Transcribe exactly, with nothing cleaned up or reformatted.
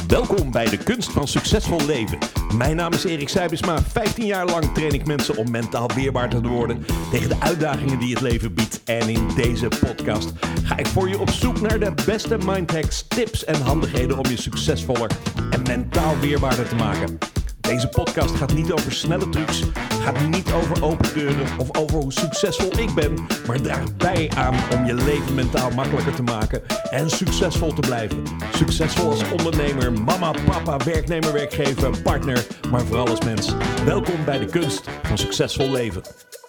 Welkom bij de Kunst van Succesvol Leven. Mijn naam is Erik Sijbesma. vijftien jaar lang train ik mensen om mentaal weerbaar te worden tegen de uitdagingen die het leven biedt. En in deze podcast ga ik voor je op zoek naar de beste mindhacks, tips en handigheden om je succesvoller en mentaal weerbaarder te maken. Deze podcast gaat niet over snelle trucs, gaat niet over open deuren of over hoe succesvol ik ben, maar draagt bij aan om je leven mentaal makkelijker te maken en succesvol te blijven. Succesvol als ondernemer, mama, papa, werknemer, werkgever, partner, maar vooral als mens. Welkom bij de Kunst van Succesvol Leven.